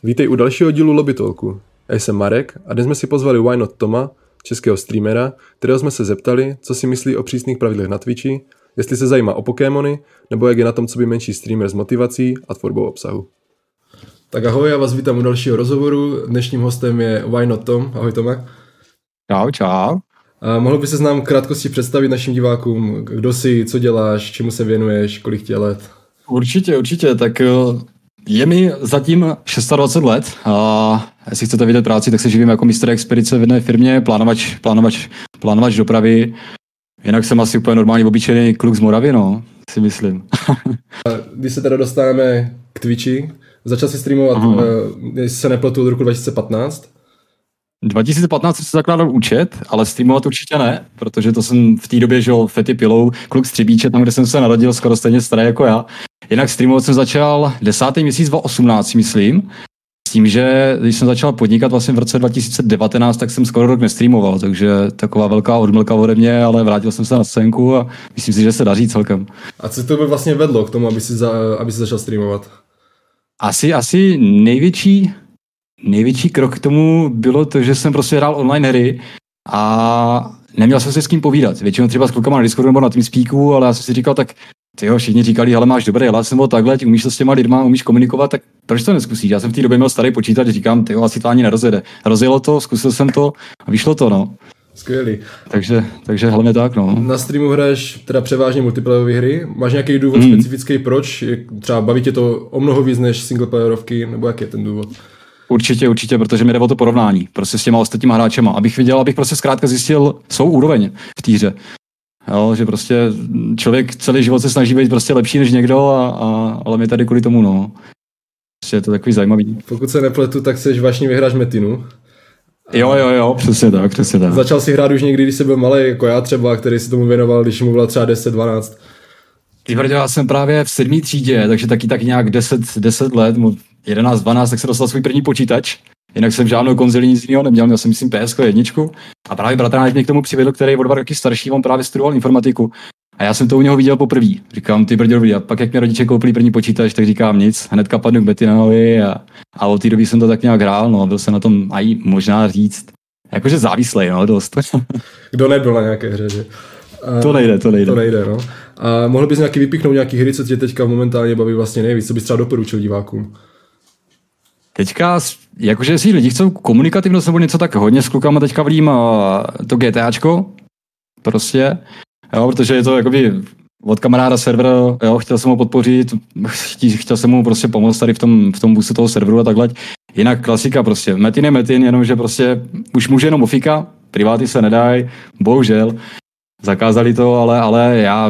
Vítej u dalšího dílu Lobby Talku. Já jsem Marek a dnes jsme si pozvali Why Not Toma, českého streamera, kterého jsme se zeptali, co si myslí o přísných pravidlech na Twitchi, jestli se zajímá o Pokémony, nebo jak je na tom, co by menší streamer s motivací a tvorbou obsahu. Tak ahoj, já vás vítám u dalšího rozhovoru. Dnešním hostem je Why Not Tom. Ahoj Tome. Čau. A mohl by se nám krátkosti představit našim divákům, kdo jsi, co děláš, čemu se věnuješ, kolik tě let? Určitě, tak je mi zatím 26 let a jestli chcete vidět práci, tak se živím jako mistr expedice v jedné firmě, plánovač dopravy. Jinak jsem asi úplně normální obyčejný kluk z Moravy, no, si myslím. Když se teda dostáváme k Twitchi, začal jsi streamovat, jestli se nepletu, od roku 2015. 2015 jsem se zakládal účet, ale streamovat určitě ne, protože to jsem v té době žil Fety Pilou, kluk z Třebíče, tam, kde jsem se narodil, skoro stejně starý jako já. Jinak streamovat jsem začal 10. měsíc 2018, myslím, s tím, že když jsem začal podnikat vlastně v roce 2019, tak jsem skoro rok nestreamoval, takže taková velká odmlka ode mě, ale vrátil jsem se na scénku a myslím si, že se daří celkem. A co to by vlastně vedlo k tomu, aby si začal streamovat? Asi největší krok k tomu bylo to, že jsem prostě hrál online hry a neměl jsem se s kým povídat. Většinou třeba s klukama na Discordu nebo na TeamSpeaku, ale já jsem si říkal, tak tyjo, všichni říkali, hele, máš dobrý hlas nebo takhle, umíš to s těma lidma, umíš komunikovat, tak proč to neskusíš? Já jsem v té době měl starý počítač, říkám, tyjo, asi to ani nerozjede. Rozjelo to, zkusil jsem to a vyšlo to, no. Skvělý. Takže hlavně tak, no. Na streamu hraješ teda převážně multiplayerové hry. Máš nějaký důvod specifický, proč? Třeba baví tě to o mnoho víc než singleplayerovky, nebo jaký je ten důvod? Určitě, protože mi jde o to porovnání prostě s těma ostatníma hráčema. Abych prostě zkrátka zjistil svou úroveň v té hře. Jo, že prostě člověk celý život se snaží být prostě lepší než někdo, ale my tady kvůli tomu, no. Prostě je to takový zajímavý. Pokud se nepletu, tak seš vášnivý hráč Metinu. Jo, přesně tak. Začal si hrát už někdy, když jsi byl malý, jako já třeba, který si tomu věnoval, když mu bylo třeba 10-12. Já jsem právě v 7. třídě, takže taky nějak 10 let, 11-12, tak jsem dostal svůj první počítač. Jinak jsem žádnou konzoli, nic jiného neměl, měl jsem myslím PS1. A právě bratránek mě k tomu přivedl, který je o 2 roky starší, on právě studoval informatiku. A já jsem to u něho viděl poprvé. Říkám, ty brděl, a pak jak mě rodiče koupili první počítač, tak říkám nic, hnedka padnu k Bettinovi a od té doby jsem to tak nějak hrál, no, byl jsem na tom aj možná říct, jakože závislej, no, dost. Kdo nebyl na nějaké hře, že? To nejde, no. A mohl bys nějaký vypíchnout nějaký hry, co tě teďka momentálně baví vlastně nejvíc, co bys třeba doporučil divákům? Teďka, jakože jestli lidi chcou komunikativnost nebo něco, tak hodně s klukama teďka vlím to GTAčko, prostě, jo, protože je to jakoby od kamaráda server, jo, chtěl jsem ho podpořit, chtěl jsem mu prostě pomoct tady v tom boostu toho serveru a takhle. Jinak klasika prostě, Metin je Metin, jenomže prostě už může jenom ofika, priváty se nedají, bohužel, zakázali to, ale já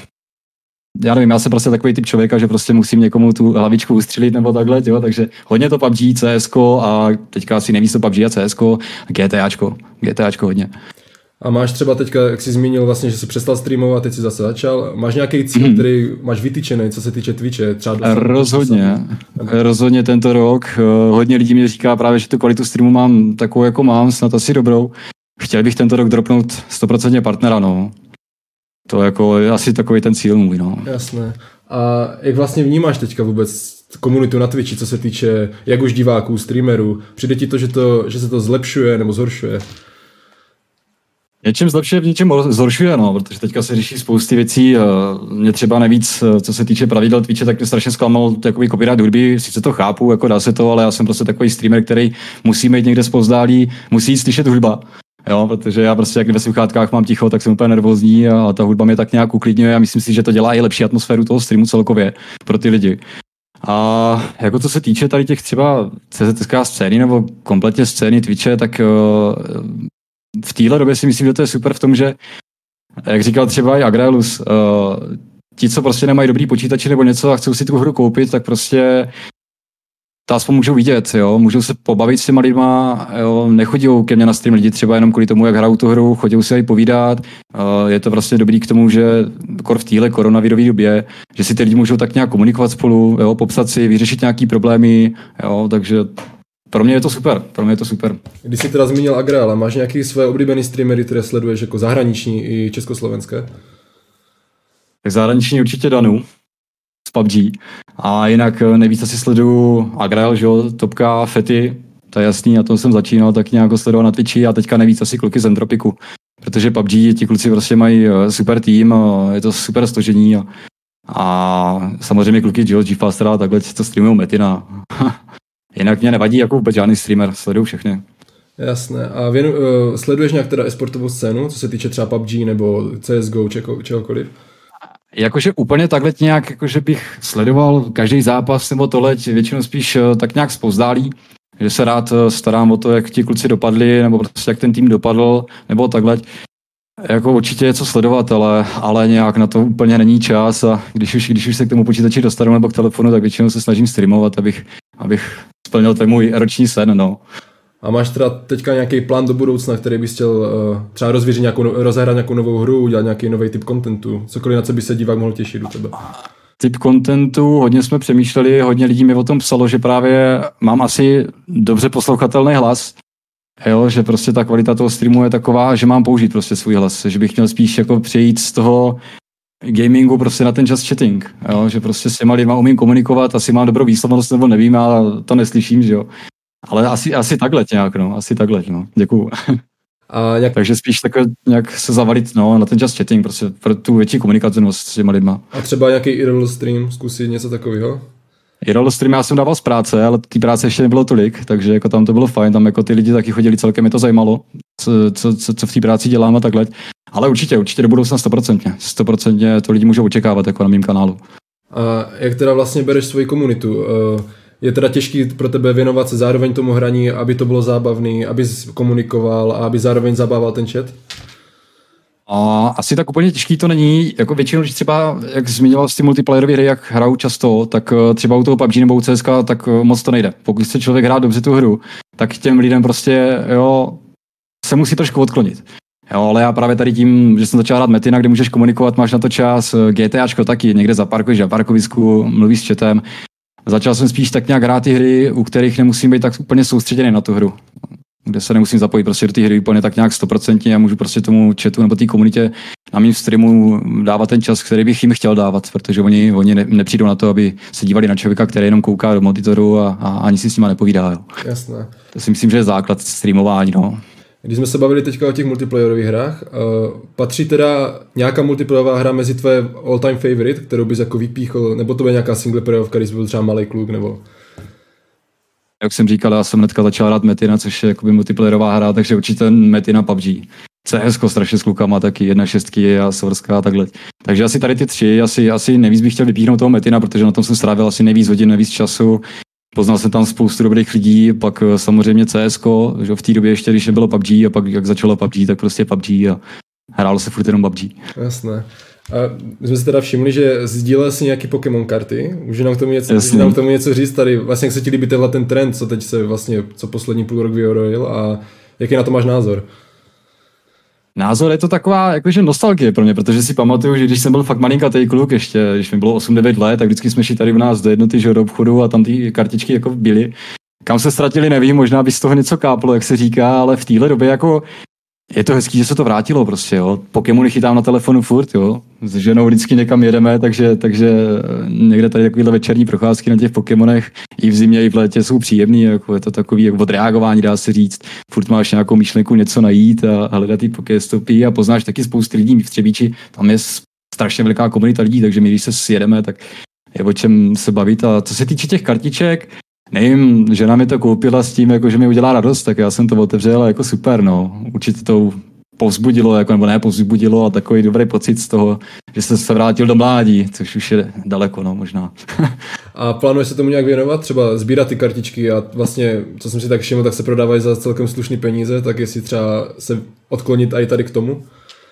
nevím, já jsem prostě takový typ člověka, že prostě musím někomu tu hlavičku ustřelit nebo takhle, jo, takže hodně to PUBG, CSko a teďka asi nejvíc to PUBG a CSko a GTAčko hodně. A máš třeba teďka, jak jsi zmínil vlastně, že jsi přestal streamovat, teď jsi zase začal, máš nějaký cíl, který máš vytyčený, co se týče Twitche? Třeba rozhodně tento rok. Hodně lidí mi říká právě, že tu kvalitu streamu mám takovou, jako mám, snad asi dobrou. Chtěl bych tento rok dropnout 100% partnera, no. To jako je asi takový ten cíl můj, no. Jasné. A jak vlastně vnímáš teďka vůbec komunitu na Twitchi, co se týče jak už diváků, streamerů? Přijde ti to, že se to zlepšuje nebo zhoršuje? Něčím zlepšuje, v něčem zhoršuje, no, protože teďka se řeší spousty věcí. Mě třeba nejvíc, co se týče pravidel Twitche, tak mě strašně zklamal takový copyright hudby, sice to chápu, jako dá se to, ale já jsem prostě takový streamer, který musí mít někde zpovzdálí, musí jít slyšet hudba. Jo, protože já prostě, jak ve sluchátkách mám ticho, tak jsem úplně nervózní a ta hudba mě tak nějak uklidňuje a myslím si, že to dělá i lepší atmosféru toho streamu celkově pro ty lidi. A jako co se týče tady těch třeba CZSK scény nebo kompletně scény Twitche, tak v téhle době si myslím, že to je super v tom, že, jak říkal třeba i Agrelus, ti, co prostě nemají dobrý počítače nebo něco a chcou si tu hru koupit, tak prostě to aspoň můžou vidět, jo? Můžou se pobavit s těma lidma, jo? Nechodí ke mně na stream lidi třeba jenom kvůli tomu, jak hrajou tu hru, chodí si aj povídat, je to vlastně dobrý k tomu, že v téhle koronavirové době, že si ty lidi můžou tak nějak komunikovat spolu, jo? Popsat si, vyřešit nějaký problémy, jo? Takže pro mě je to super. Když jsi teda zmínil Agrela, máš nějaký své oblíbený streamery, které sleduješ jako zahraniční i československé? Tak zahraniční určitě Danu. z PUBG. A jinak nejvíc asi sleduju Agrel, že jo, Topka, Fety, to je jasný, na tom jsem začínal tak nějak sledovat na Twitchi a teďka nejvíc asi kluky z Entropiku. Protože PUBG, ti kluci prostě mají super tým, je to super složení a samozřejmě kluky G-Faster a takhle to streamují Metina. Jinak mě nevadí jako vůbec žádný streamer, sleduju všechny. Jasné. A sleduješ nějak teda esportovou scénu, co se týče třeba PUBG nebo CSGO, čehokoliv? Jakože úplně takhle nějak, jakože bych sledoval každý zápas nebo tohle, většinou spíš tak nějak zpozdálí, že se rád starám o to, jak ti kluci dopadli, nebo prostě jak ten tým dopadl, nebo takhle. Jako určitě je co sledovat, ale nějak na to úplně není čas a když už se k tomu počítači dostanu nebo k telefonu, tak většinou se snažím streamovat, abych splnil ten můj roční sen, no. A máš teda teďka nějaký plán do budoucna, který bys chtěl třeba rozehrát nějakou novou hru, udělat nějaký nový typ contentu? Cokoliv, na co by se divák mohl těšit u tebe? Typ contentu, hodně jsme přemýšleli, hodně lidí mi o tom psalo, že právě mám asi dobře poslouchatelný hlas, jo, že prostě ta kvalita toho streamu je taková, že mám použít prostě svůj hlas, že bych měl spíš jako přejít z toho gamingu prostě na ten just chatting, jo, že prostě s těma lidma umím komunikovat, asi mám dobrou výslovnost nebo nevím, ale to neslyším, že jo. Ale asi takhle nějak, děkuju. Takže spíš takhle nějak se zavalit na ten just chatting, prostě pro tu větší komunikativnost s těma lidma. A třeba nějaký IRL stream, zkusit něco takového? IRL stream já jsem dával z práce, ale té práce ještě nebylo tolik, takže jako tam to bylo fajn, tam jako ty lidi taky chodili celkem, mě to zajímalo, co v té práci dělám a takhle. Ale určitě do budoucna 100% to lidi můžou očekávat jako na mém kanálu. A jak teda vlastně bereš svoji komunitu? Je teda těžký pro tebe věnovat se zároveň tomu hraní, aby to bylo zábavný, abys komunikoval a aby zároveň zabával ten chat? A asi tak úplně těžký to není, jako většinou, když třeba, jak zmiňoval z ty multiplayerové hry, jak hraju často, tak třeba u toho PUBG nebo u CSK, tak moc to nejde. Pokud chce člověk hrát dobře tu hru, tak těm lidem prostě, jo, se musí trošku odklonit. Jo, ale já právě tady tím, že jsem začal hrát Metina, kde můžeš komunikovat, máš na to čas, GTAčko taky, někde zaparkuješ na parkovisku, mluvíš s chatem. Začal jsem spíš tak nějak hrát ty hry, u kterých nemusím být tak úplně soustředěný na tu hru. Kde se nemusím zapojit prostě do té hry úplně tak nějak 100% a můžu prostě tomu chatu nebo té komunitě na mým streamu dávat ten čas, který bych jim chtěl dávat, protože oni nepřijdou na to, aby se dívali na člověka, který jenom kouká do monitoru a ani si s nima nepovídá. Jo. Jasné. To si myslím, že je základ streamování. No. Když jsme se bavili teďka o těch multiplayerových hrách, patří teda nějaká multiplayerová hra mezi tvoje all-time favorite, kterou bys jako vypíchl, nebo to bude nějaká singleplayerovka, když byl třeba malý kluk, nebo... Jak jsem říkal, já jsem hnedka začal hrát Metina, což je jakoby multiplayerová hra, takže určitě Metina PUBG. CSko strašně s klukama taky, 1.6 a Sourska a takhle. Takže asi tady ty tři, asi nejvíc bych chtěl vypíchnout toho Metina, protože na tom jsem strávil asi nejvíc hodin, nejvíc času. Poznal jsem tam spoustu dobrých lidí, pak samozřejmě CSko, že v té době ještě, když nebylo PUBG a pak jak začalo PUBG, tak prostě PUBG a hrálo se furt jenom PUBG. Jasné. A my jsme si teda všimli, že sdílel si nějaký Pokémon karty. Může nám k tomu něco říct tady, vlastně jak se ti líbí ten trend, co teď se vlastně, co poslední půl rok vyhrojil a jaký na to máš názor? Názor je to taková jakože nostalgie pro mě, protože si pamatuju, že když jsem byl fakt malinkatý kluk ještě, když mi bylo 8-9 let, tak vždycky jsme šli tady v nás do jednoty, že do obchodu a tam ty kartičky jako byly. Kam se ztratili, nevím, možná by z toho něco káplo, jak se říká, ale v téhle době jako je to hezký, že se to vrátilo prostě, jo. Pokémony chytám na telefonu furt, jo. S ženou vždycky někam jedeme, takže někde tady takovýhle večerní procházky na těch Pokémonech i v zimě, i v létě jsou příjemný, jako je to takový jako odreagování, dá se říct. Furt máš nějakou myšlenku něco najít a hledat ty Pokéstopy a poznáš taky spoustu lidí v Třebíči. Tam je strašně velká komunita lidí, takže my když se sjedeme, tak je o čem se bavit. A co se týče těch kartiček, nevím, žena mi to koupila s tím, jako, že mi udělá radost, tak já jsem to otevřel jako super, no. Určitě to povzbudilo, jako, nebo ne povzbudilo, a takový dobrý pocit z toho, že jsem se vrátil do mládí, což už je daleko, no, možná. A plánuje se tomu nějak věnovat? Třeba sbírat ty kartičky a vlastně, co jsem si tak všiml, tak se prodávají za celkem slušný peníze, tak jestli třeba se odklonit i tady k tomu?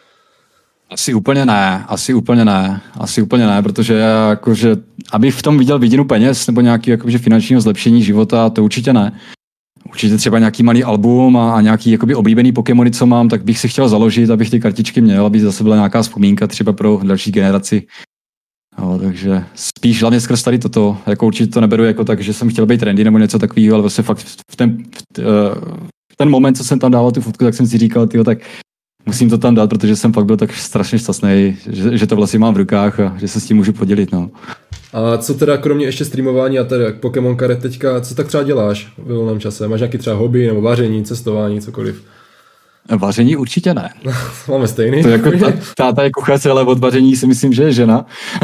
Asi úplně ne, protože jakože, abych v tom viděl vidinu peněz nebo nějaký jakože finančního zlepšení života, to určitě ne. Určitě třeba nějaký malý album a nějaký jakoby oblíbený Pokémony, co mám, tak bych si chtěl založit, abych ty kartičky měl, aby zase byla nějaká vzpomínka třeba pro další generaci. No, takže spíš hlavně skrz tady toto, jako určitě to neberu jako tak, že jsem chtěl být trendy nebo něco takového, ale vlastně fakt v ten moment, co jsem tam dával tu fotku, tak jsem si říkal, tyjo, tak musím to tam dát, protože jsem fakt byl tak strašně šťastný, že to vlastně mám v rukách a že se s tím můžu podělit, no. A co teda kromě ještě streamování a teda Pokémon karet teďka, co tak třeba děláš ve volném čase? Máš nějaký třeba hobby nebo vaření, cestování, cokoliv? Vaření určitě ne. Máme stejný. To jako táta je kuchař, ale od vaření si myslím, že je žena.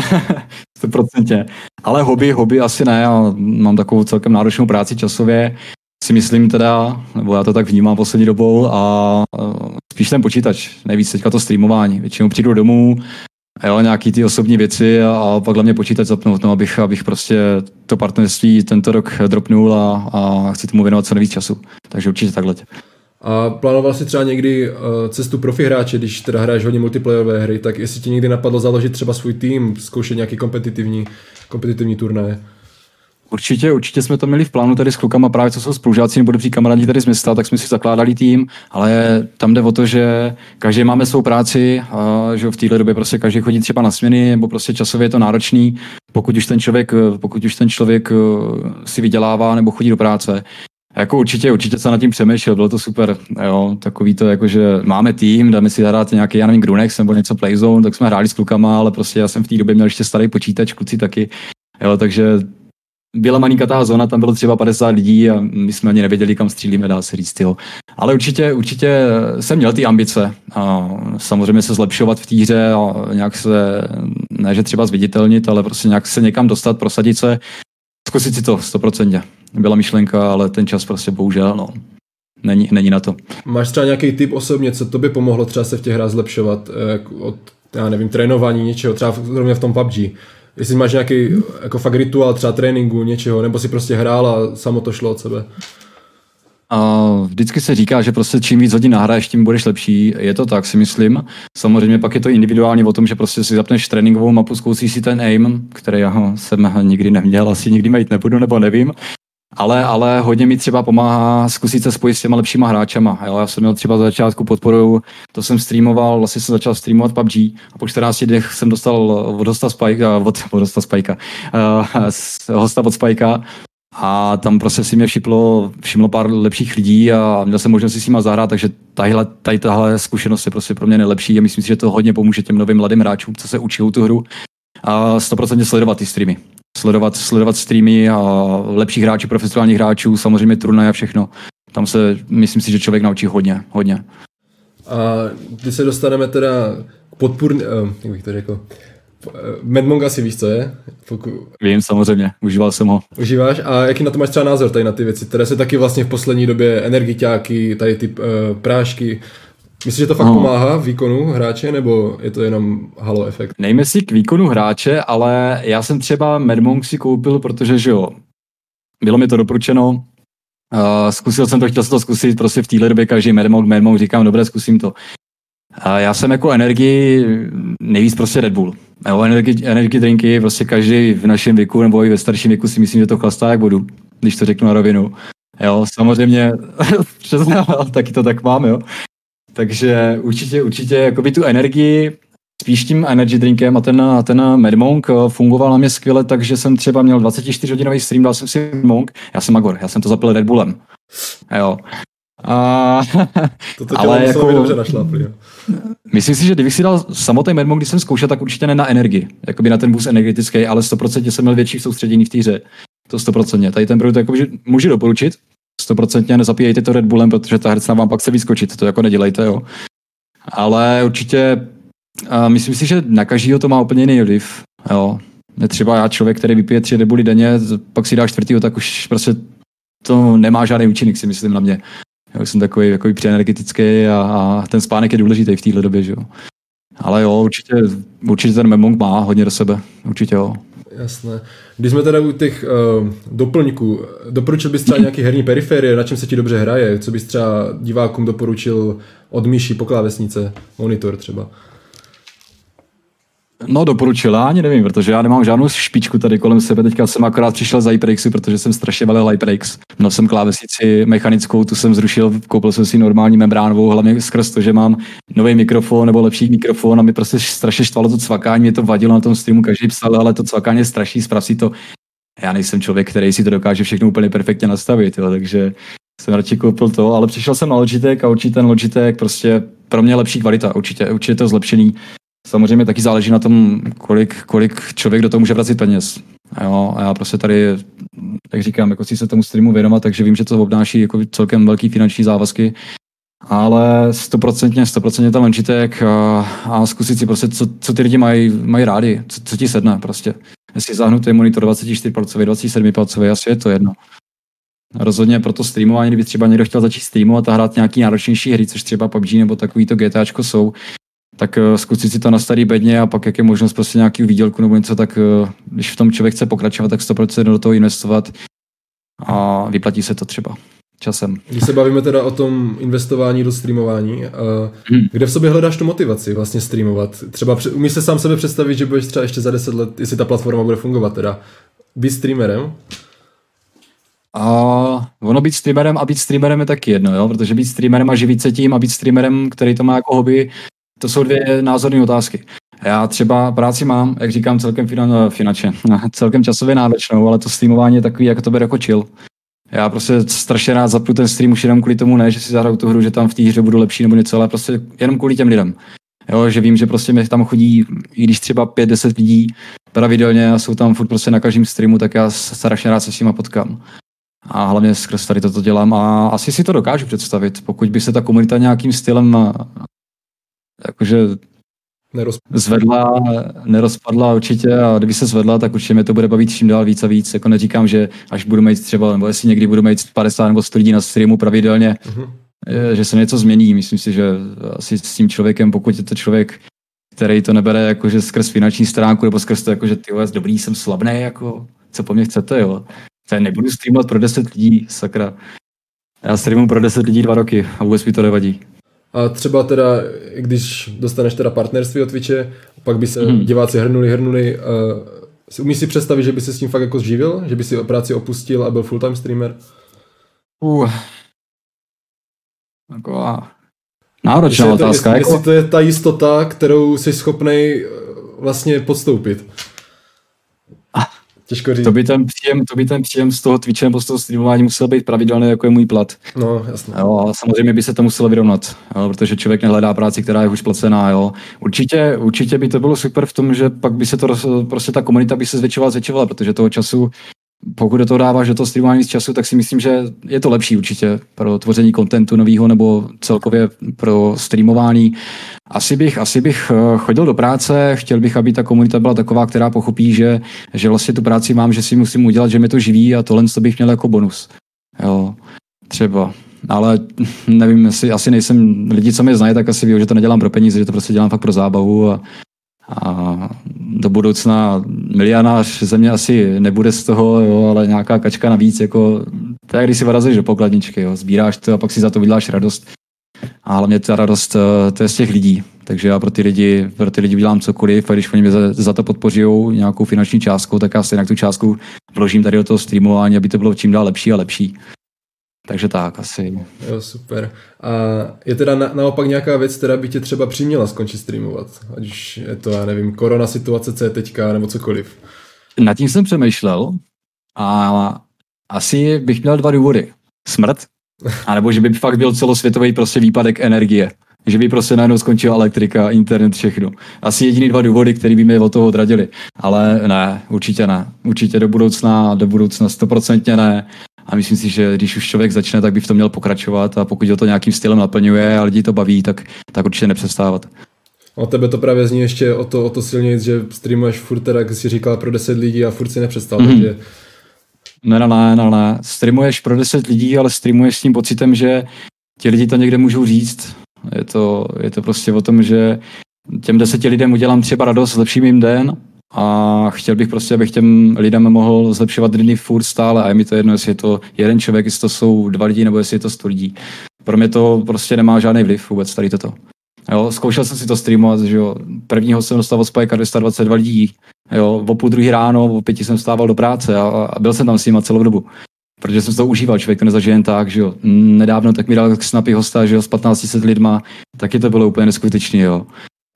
100%. Ale hobby asi ne. Já mám takovou celkem náročnou práci časově. Si myslím teda, nebo já to tak vnímám poslední dobou a spíš ten počítač. Nejvíc teďka to streamování. Většinou přijdu domů, jo, nějaký ty osobní věci a pak hlavně počítač zapnout, no, abych prostě to partnerství tento rok dropnul a chci tomu věnovat co nejvíc času. Takže určitě takhle. A plánoval jsi třeba někdy cestu profi hráče, když teda hraješ hodně multiplayerové hry, tak jestli ti někdy napadlo založit třeba svůj tým, zkoušet nějaký kompetitivní turnaje? Určitě jsme to měli v plánu tady s klukama, právě co jsou spolužáci nebo dobří kamarádi tady z města, tak jsme si zakládali tým, ale tam jde o to, že každý máme svou práci, a že v této době prostě každý chodí třeba na směny, nebo prostě časově je to náročný, pokud už ten člověk si vydělává nebo chodí do práce. Jako určitě se nad tím přemýšlel, bylo to super, jo, takový to jako, že máme tým, dáme si zahrát nějaký, já nevím, Grunex nebo něco Playzone, tak jsme hráli s klukama, ale prostě já jsem v té době měl ještě starý počítač, kluci taky, jo, takže byla maninkatá zóna, tam bylo třeba 50 lidí a my jsme ani nevěděli, kam střílíme, dá se říct, jo. Ale určitě jsem měl ty ambice a samozřejmě se zlepšovat v té hře a nějak se, ne že třeba zviditelnit, ale prostě nějak se někam dostat, prosadit se, zkusit si to 100%. Byla myšlenka, ale ten čas prostě bohužel, no, není na to. Máš třeba nějaký tip osobně, co to by pomohlo třeba se v těch hrách zlepšovat, od, já nevím, trénování něčeho, třeba zrovna v tom PUBG? Jestli máš nějaký jako fakt rituál třeba tréninku něčeho, nebo si prostě hrál a samo to šlo od sebe? A vždycky se říká, že prostě čím víc hodin nahraješ, tím budeš lepší. Je to tak, si myslím. Samozřejmě pak je to individuálně o tom, že prostě si zapneš tréninkovou mapu, zkusíš si ten aim, který já jsem nikdy neměl, asi nikdy mít nebudu, nebo nevím. Ale hodně mi třeba pomáhá zkusit se spojit s těma lepšíma hráčama. Jo, já jsem měl třeba za začátku podporu, to jsem streamoval, vlastně jsem začal streamovat PUBG a po 14 dnech jsem dostal od hosta od Spikea a tam prostě si mě všimlo pár lepších lidí a měl jsem možnost si s nima zahrát, takže tahle zkušenost je prostě pro mě nejlepší a myslím si, že to hodně pomůže těm novým mladým hráčům, co se učí tu hru a 100% sledovat ty streamy. Sledovat streamy a lepších hráčů, profesionálních hráčů, samozřejmě turnaje a všechno. Tam se, myslím si, že člověk naučí hodně. A když se dostaneme teda k jak bych to řekl, Mad Monk asi víš, co je? Vím, samozřejmě, užíval jsem ho. Užíváš? A jaký na to máš třeba názor tady na ty věci, které se taky vlastně v poslední době energiťáky, tady ty prášky, myslíš, že to fakt pomáhá výkonu hráče, nebo je to jenom halo efekt? Nejme si k výkonu hráče, ale já jsem třeba Mad Monk si koupil, protože že jo, bylo mi to doporučeno, chtěl jsem to zkusit, prostě v téhle době každý Mad Monk, říkám, dobré, zkusím to. A já jsem jako energii nejvíc prostě Red Bull. Jo, energy drinky, prostě každý v našem věku nebo i ve starším věku si myslím, že to chlastá jak vodu, když to řeknu na rovinu. Jo, samozřejmě, přesně, taky to tak mám, jo. Takže určitě jakoby tu energii spíš tím energy drinkem a ten Mad Monk fungoval na mě skvěle, takže jsem třeba měl 24-hodinový stream, dal jsem si Mad Monk, já jsem Magor, já jsem to zapil Red Bullem. Jo. Toto tělo muselo být dobře našláplý. Myslím si, že kdybych si dal samotný Mad Monk, když jsem zkoušel, tak určitě ne na energii, jakoby na ten boost energetický, ale 100% jsem měl větší soustředění v té hře. To 100%. Tady ten produkt jakoby, můžu doporučit, 100% nezapíjejte to Red Bullem, protože ta hercna vám pak chce vyskočit, to jako nedělejte, jo. Ale určitě myslím si, že na každýho to má úplně jiný vliv, jo. Třeba já člověk, který vypije 3 Red Bully denně, pak si dá 4., tak už prostě to nemá žádný účinek, si myslím na mě. Já jsem takový přeenergetický a ten spánek je důležitý v téhle době, že jo. Ale jo, určitě ten Mad Monk má hodně do sebe, určitě jo. Jasné. Když jsme teda u těch doplňků, doporučil bys třeba nějaký herní periferie, na čem se ti dobře hraje? Co bys třeba divákům doporučil od myši po klávesnice, monitor třeba? No doporučil, ani nevím, protože já nemám žádnou špičku tady kolem sebe, teďka jsem akorát přišel z HyperXu, protože jsem strašně valil HyperX. Měl jsem klávesnici mechanickou, tu jsem zrušil, koupil jsem si normální membránovou, hlavně skrz to, že mám nový mikrofon nebo lepší mikrofon a mi prostě strašně štvalo to cvakání, mě to vadilo na tom streamu, každý psal, ale to cvakání je strašný, sprav si to. Já nejsem člověk, který si to dokáže všechno úplně perfektně nastavit, jo, takže jsem radši koupil to, ale přišel jsem na Logitech a určitě ten Logitech prostě pro mě lepší kvalita, určitě to zlepšený. Samozřejmě taky záleží na tom, kolik člověk do toho může vracet peněz. Jo, a já prostě tady, jak říkám, jako si se tomu streamu věnovat, takže vím, že to obnáší jako celkem velký finanční závazky, ale 100% tam lenčitek a zkusit si prostě, co ty lidi mají rádi, co ti sedne prostě. Jestli zahnutý monitor 24-palcový, 27-palcový, asi je to jedno. Rozhodně pro to streamování, kdyby třeba někdo chtěl začít streamovat a hrát nějaký náročnější hry, což třeba PUBG nebo takovýto GTAčko jsou, tak zkusit si to na starý bedně a pak jak je možnost prostě nějaký výdělku nebo něco, tak když v tom člověk chce pokračovat, tak 100% do toho investovat a vyplatí se to třeba časem. Když se bavíme teda o tom investování do streamování, kde v sobě hledáš tu motivaci vlastně streamovat? Třeba umíš se sám sebe představit, že budeš třeba ještě za 10 let, jestli ta platforma bude fungovat teda, být streamerem? A ono být streamerem a být streamerem je taky jedno, jo? Protože být streamerem a živit se tím a být streamerem, který to má jako hobby, to jsou dvě názorné otázky. Já třeba práci mám, jak říkám, celkem finančně, celkem časově náročnou, ale to streamování je takový, jako to bude jako chill. Já prostě strašně rád zapnu ten stream už jenom kvůli tomu, ne, že si zahraju tu hru, že tam v té hře budu lepší nebo něco, ale prostě jenom kvůli těm lidem. Jo, že vím, že prostě mi tam chodí, i když třeba 5-10 lidí pravidelně a jsou tam furt prostě na každém streamu, tak já strašně rád se s nima potkám. A hlavně skrz tady toto dělám a asi si to dokážu představit, pokud by se ta komunita nějakým stylem jakože zvedla, nerozpadla určitě a kdyby se zvedla, tak určitě mě to bude bavit čím dál víc a víc. Jako neříkám, že až budu mít třeba, nebo jestli někdy budu mít 50 nebo 100 lidí na streamu pravidelně, že se něco změní. Myslím si, že asi s tím člověkem, pokud je to člověk, který to nebere jakože skrz finanční stránku nebo skrz to jakože ty dobrý, jsem slabný, jako co po mně chcete, jo. Já nebudu streamovat pro 10 lidí, sakra. Já streamuji pro 10 lidí 2 roky a vůbec mi to nevadí. A třeba teda, když dostaneš teda partnerství od Twitche, pak by se diváci hrnuli, umíš si představit, že by se s tím fakt jako zživil? Že by si práci opustil a byl full-time streamer? Taková náročná otázka. Jestli to je ta jistota, kterou jsi schopnej vlastně podstoupit. Těžko říct. To by ten příjem z toho Twitche nebo z toho streamování musel být pravidelný, jako je můj plat. No, jasně. Jo, a samozřejmě by se to muselo vyrovnat, jo, protože člověk nehledá práci, která je už placená. Jo. Určitě by to bylo super v tom, že pak by se to prostě ta komunita by se zvětšovala, protože toho času, pokud do toho dáváš do toho streamování víc času, tak si myslím, že je to lepší určitě pro tvoření kontentu nového nebo celkově pro streamování. Asi bych chodil do práce, chtěl bych, aby ta komunita byla taková, která pochopí, že vlastně tu práci mám, že si musím udělat, že mě to živí a tohle bych měl jako bonus. Jo, třeba. Ale nevím, asi nejsem, lidi, co mě znají, tak asi ví, že to nedělám pro peníze, že to prostě dělám fakt pro zábavu a do budoucna milionář země asi nebude z toho, jo, ale nějaká kačka navíc, jako to je, když si vyrazíš do pokladničky, jo, sbíráš to a pak si za to vyděláš radost. A hlavně ta radost, to je z těch lidí. Takže já pro ty lidi dělám cokoliv a když oni mě za to podpořijou nějakou finanční částkou, tak já stejně tu částku vložím tady do toho streamování, aby to bylo čím dál lepší a lepší. Takže tak, asi. Jo, super. A je teda naopak nějaká věc, která by tě třeba přiměla skončit streamovat? Ať už je to, já nevím, korona situace, co je teďka, nebo cokoliv. Nad tím jsem přemýšlel a asi bych měl 2 důvody. Smrt, anebo že by fakt byl celosvětový prostě výpadek energie. Že by prostě najednou skončila elektrika, internet, všechno. Asi jediný 2 důvody, které by mě od toho odradili. Ale ne, určitě ne. Určitě do budoucna 100% ne. A myslím si, že když už člověk začne, tak by v tom měl pokračovat a pokud ho to nějakým stylem naplňuje a lidi to baví, tak určitě nepřestávat. O tebe to právě zní ještě o to silněji, že streamuješ furt teda, jak jsi říkal, pro 10 lidí a furt si nepřestal. Takže... Ne. Streamuješ pro 10 lidí, ale streamuješ s tím pocitem, že ti lidi to někde můžou říct. Je to prostě o tom, že těm 10 lidem udělám třeba radost, zlepším jim den a chtěl bych prostě, abych těm lidem mohl zlepšovat dny furt stále a je mi to jedno, jestli je to jeden člověk, jestli to jsou 2 lidi nebo jestli je to 100 lidí. Pro mě to prostě nemá žádný vliv vůbec tady toto. Jo, zkoušel jsem si to streamovat, že jo. Prvního jsem dostal od Spajka 222 lidí, jo, o 2:30 ráno, o 5 jsem stával do práce a byl jsem tam s nima celou dobu. Protože jsem to užíval, člověk to nezažije jen tak, že jo. Nedávno tak mi dal snapy hosta, že jo, s 1500 lidma, taky to bylo úplně neskutečný, jo.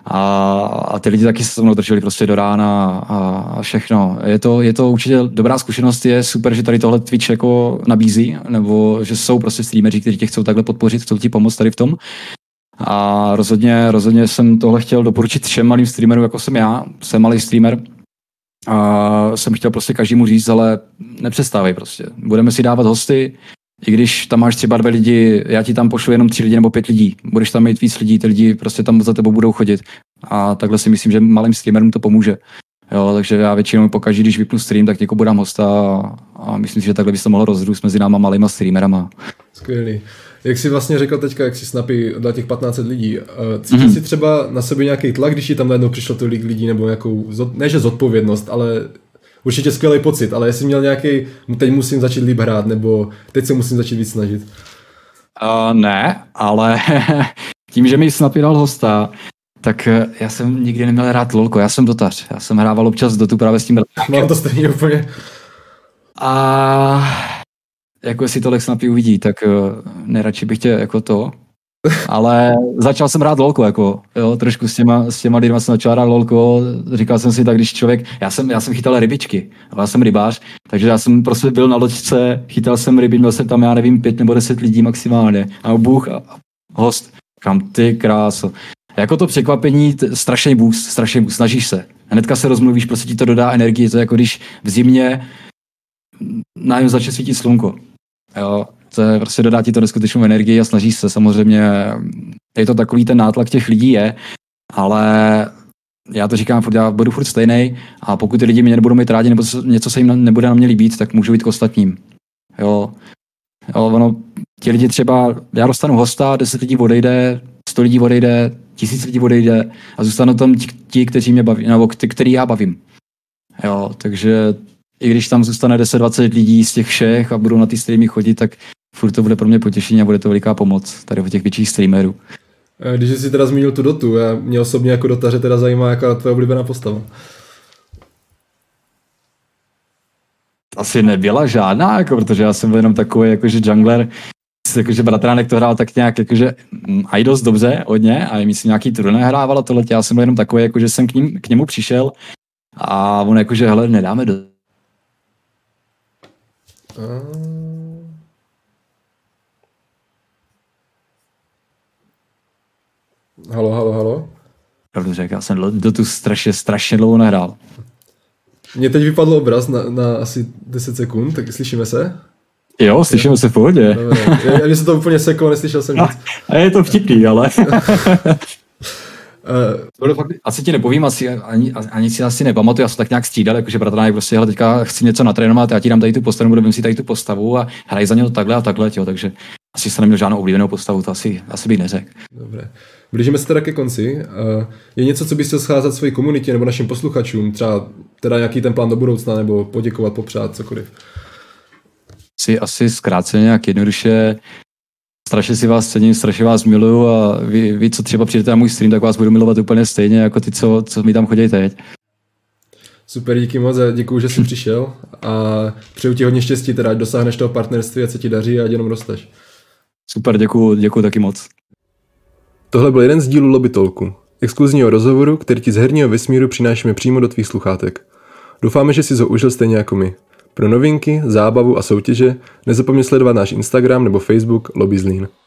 A ty lidi taky se se mnou drželi prostě do rána a všechno. Je to určitě dobrá zkušenost, je super, že tady tohle Twitch jako nabízí, nebo že jsou prostě streameři, kteří tě chcou takhle podpořit, chcou ti pomoct tady v tom. A rozhodně jsem tohle chtěl doporučit všem malým streamerům, jako jsem já. Jsem malý streamer. A jsem chtěl prostě každému říct, ale nepřestávej prostě. Budeme si dávat hosty, i když tam máš třeba 2 lidi, já ti tam pošlu jenom 3 lidi nebo 5 lidí. Budeš tam mít víc lidí, ty lidi prostě tam za tebou budou chodit. A takhle si myslím, že malým streamerům to pomůže. Jo, takže já většinou pokaždý, když vypnu stream, tak někomu dám hosta a myslím si, že takhle by se to mohlo rozrůst mezi náma malýma streamerama. Skvělý. Jak jsi vlastně řekl teďka, jak si Snappy dal těch 1500 lidí, cítil si třeba na sebe nějaký tlak, když ti tam najednou přišlo tolik lidí, nebo nějakou, ne že zodpovědnost, ale určitě skvělý pocit, ale jestli měl nějaký, teď musím začít líp hrát, nebo teď se musím začít víc snažit? Ne, ale tím, že mi Snappy dal hosta, tak já jsem nikdy neměl hrát lolko, já jsem dotař. Já jsem hrával občas Dotu právě s tím bratránkem. Mám to stejně úplně. A jako jestli tohle Snappy uvidí, tak nejradši bych tě jako to. Ale začal jsem hrát lolko, jako, jo, trošku s těma lidma jsem začal hrát lolko, říkal jsem si tak, když člověk, já jsem chytal rybičky, já jsem rybář, takže já jsem prostě byl na loďce, chytal jsem ryby, měl jsem tam, já nevím, 5 nebo 10 lidí maximálně, a bůh a host, kam ty kráso. Jako to překvapení, strašný boost, snažíš se. Hnedka se rozmluvíš, prostě ti to dodá energii, to je jako když v zimě najednou začne svítit slunko. Jo, to je, prostě dodá ti to neskutečnou energii a snažíš se. Samozřejmě je to takový ten nátlak těch lidí je, ale já to říkám, já budu furt stejnej a pokud ty lidi mě nebudou mít rádi nebo něco se jim nebude na mě líbit, tak můžu jít k ostatním. Jo, ono, ti lidi třeba, já dostanu hosta, 10 lidí odejde, 100 lidí odejde, 1000 lidí odejde a zůstanou tam ti, kteří mě baví, nebo který já bavím. Jo, takže i když tam zůstane 10-20 lidí z těch všech a budou na ty streamy chodit, tak furt to bude pro mě potěšení a bude to veliká pomoc tady od těch větších streamerů. Když jsi teda zmínil tu Dotu, mě osobně jako dotaře teda zajímá, jaká tvoje oblíbená postava. Asi nebyla žádná, jako, protože já jsem byl jenom takový jakože jungler, jakože bratránek to hrál tak nějak jakože i dost dobře hodně a myslím nějaký turné hrával a tohle, já jsem byl jenom takový, jakože jsem k němu přišel a on jakože hele, nedáme do... Halo. Pravdu řekl, já jsem do tu strašně dlouho nehrál. Mně teď vypadl obraz na asi 10 sekund, tak slyšíme se? Jo, slyšíme se v pohodě. Dobre. Mně se to úplně seklo, neslyšel jsem nic. A je to vtipný, ale... Asi ti nepovím, ani si asi nepamatuju, já jsem tak nějak střídal, jakože bratránek prostě, hele, teďka chci něco natrénovat, já ti dám tady tu postavu, budeme si tady tu postavu a hraj za něj takhle a takhle, jo, takže asi jsem neměl žádnou oblíbenou postavu, to asi bych neřekl. Dobré. Blížíme se teda ke konci. Je něco, co bys chtěl scházet svojí komunitě nebo našim posluchačům, třeba teda nějaký ten plán do budoucna, nebo poděkovat, popřát, cokoliv? Asi zkráceně nějak jednoduše. Strašně si vás cením, strašně vás miluju a vy, co třeba přijdete na můj stream, tak vás budu milovat úplně stejně jako ty, co mi tam chodí teď. Super, díky moc a děkuju, že jsi přišel a přeju ti hodně štěstí, teda ať dosáhneš toho partnerství, ať se ti daří a ať jenom rosteš. Super, děkuju taky moc. Tohle byl jeden z dílů Lobby Talku, exkluzivního rozhovoru, který ti z herního vesmíru přinášíme přímo do tvých sluchátek. Doufáme, že jsi ho užil stejně jako my. Pro novinky, zábavu a soutěže nezapomeň sledovat náš Instagram nebo Facebook Lobby Zlín.